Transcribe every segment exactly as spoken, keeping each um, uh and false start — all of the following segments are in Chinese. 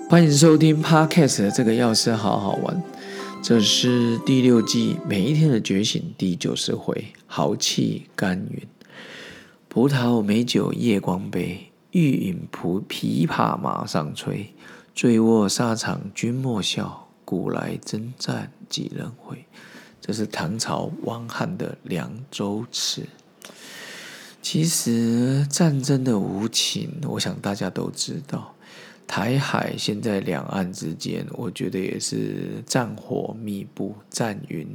欢迎收听 Podcast 的这个钥匙好好玩，这是第六季每一天的觉醒第九十回，豪气甘云。葡萄美酒夜光杯，欲饮琵琶马上催。醉卧沙场君莫笑，古来征战几人回。这是唐朝王翰的《凉州词》。其实战争的无情，我想大家都知道。台海现在两岸之间，我觉得也是战火密布，战云，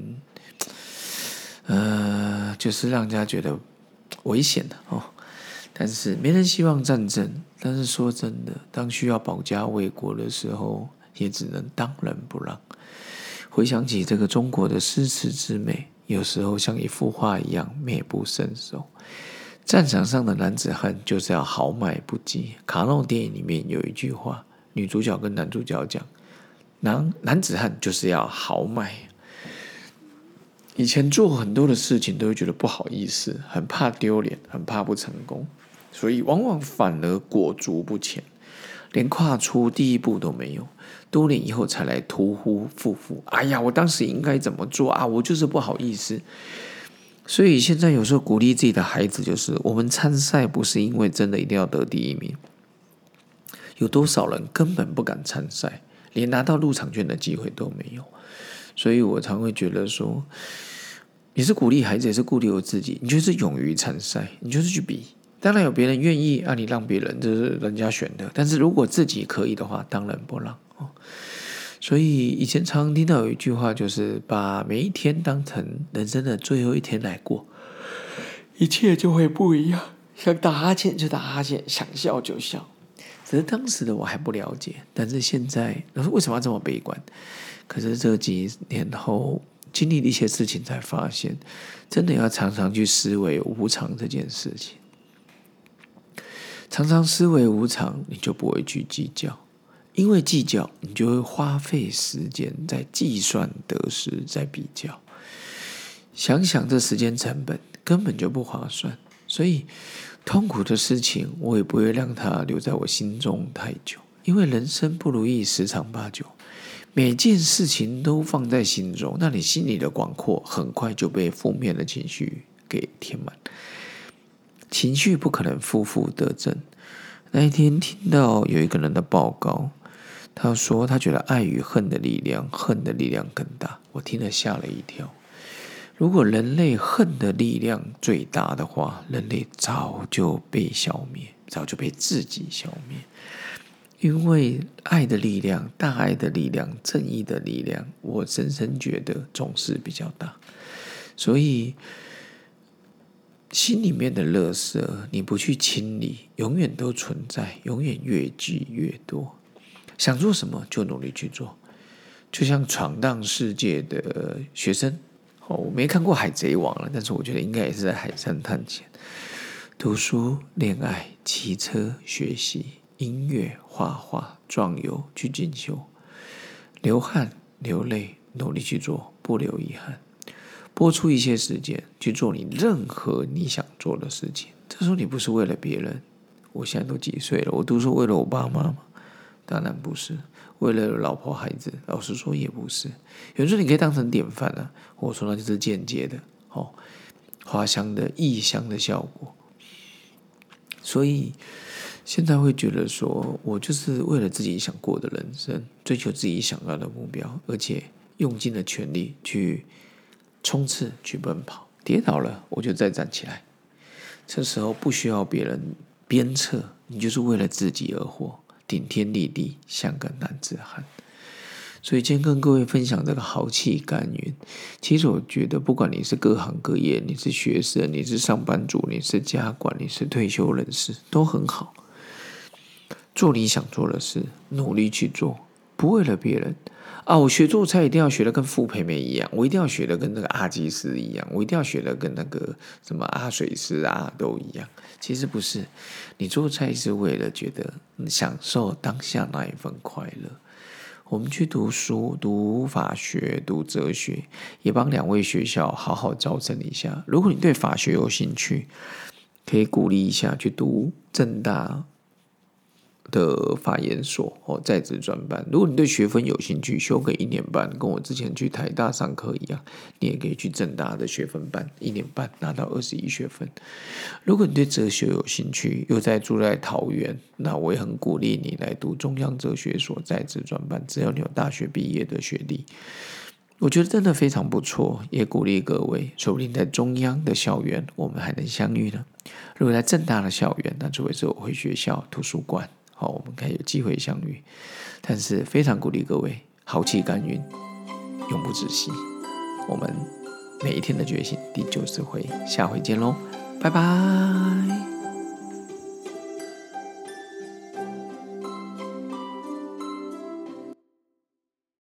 呃，就是让人家觉得危险的哦。但是没人希望战争，但是说真的，当需要保家卫国的时候，也只能当仁不让。回想起这个中国的诗词之美，有时候像一幅画一样美不胜收。战场上的男子汉就是要豪迈不羁。卡通电影里面有一句话，女主角跟男主角讲，男男子汉就是要豪迈。以前做很多的事情都会觉得不好意思，很怕丢脸，很怕不成功，所以往往反而裹足不前，连跨出第一步都没有。多年以后才来屠夫夫妇，哎呀，我当时应该怎么做啊？我就是不好意思。所以现在有时候鼓励自己的孩子，就是我们参赛不是因为真的一定要得第一名，有多少人根本不敢参赛，连拿到入场券的机会都没有。所以我常会觉得说，也是鼓励孩子，也是鼓励我自己，你就是勇于参赛，你就是去比。当然有别人愿意啊，你让别人，这是人家选的。但是如果自己可以的话，当然不让哦。所以以前常常听到有一句话，就是把每一天当成人生的最后一天来过，一切就会不一样。想打哈欠就打哈欠，想笑就笑。只是当时的我还不了解，但是现在，为什么要这么悲观？可是这几年后经历了一些事情，才发现，真的要常常去思维无常这件事情。常常思维无常，你就不会去计较。因为计较，你就会花费时间在计算得失，在比较。想想这时间成本根本就不划算，所以痛苦的事情我也不会让它留在我心中太久。因为人生不如意十常八九，每件事情都放在心中，那你心里的广阔很快就被负面的情绪给填满。情绪不可能负负得正。那一天听到有一个人的报告，他说他觉得爱与恨的力量，恨的力量更大。我听了吓了一跳。如果人类恨的力量最大的话，人类早就被消灭，早就被自己消灭。因为爱的力量，大爱的力量，正义的力量，我深深觉得总是比较大。所以心里面的垃圾，你不去清理，永远都存在，永远越积越多。想做什么就努力去做，就像闯荡世界的学生，哦，我没看过《海贼王》了，但是我觉得应该也是在海上探险。读书、恋爱、骑车、学习、音乐、画画、壮游、去进修，流汗、流泪，努力去做，不留遗憾。拨出一些时间去做你任何你想做的事情。这时候你不是为了别人，我现在都几岁了，我读书为了我爸妈吗？当然不是。为了老婆孩子，老实说也不是。有人说你可以当成典范啊，我说那就是间接的哦，花香的异香的效果。所以现在会觉得说，我就是为了自己想过的人生，追求自己想要的目标，而且用尽了全力去冲刺，去奔跑。跌倒了我就再站起来。这时候不需要别人鞭策，你就是为了自己而活，顶天立地，像个男子汉。所以今天跟各位分享这个豪气甘云。其实我觉得不管你是各行各业，你是学生，你是上班族，你是家管，你是退休人士，都很好。做你想做的事，努力去做，不为了别人啊！我学做菜一定要学的跟傅培梅一样，我一定要学的跟那个阿基师一样，我一定要学的跟那个什么阿水师啊都一样。其实不是，你做菜是为了觉得享受当下那一份快乐。我们去读书，读法学，读哲学，也帮两位学校好好招生一下。如果你对法学有兴趣，可以鼓励一下去读政大的法研所哦，在职专班。如果你对学分有兴趣，修个一年半，跟我之前去台大上课一样，你也可以去政大的学分班，一年半拿到二十一学分。如果你对哲学有兴趣，又在住在桃园，那我也很鼓励你来读中央哲学所在职专班，只要你有大学毕业的学历。我觉得真的非常不错，也鼓励各位，说不定在中央的校园我们还能相遇呢。如果在政大的校园，那就会是我回学校图书馆，好，我们可以有机会相遇。但是非常鼓励各位，豪气干云，永不止息。我们每一天的觉醒第九十回，下回见喽，拜拜。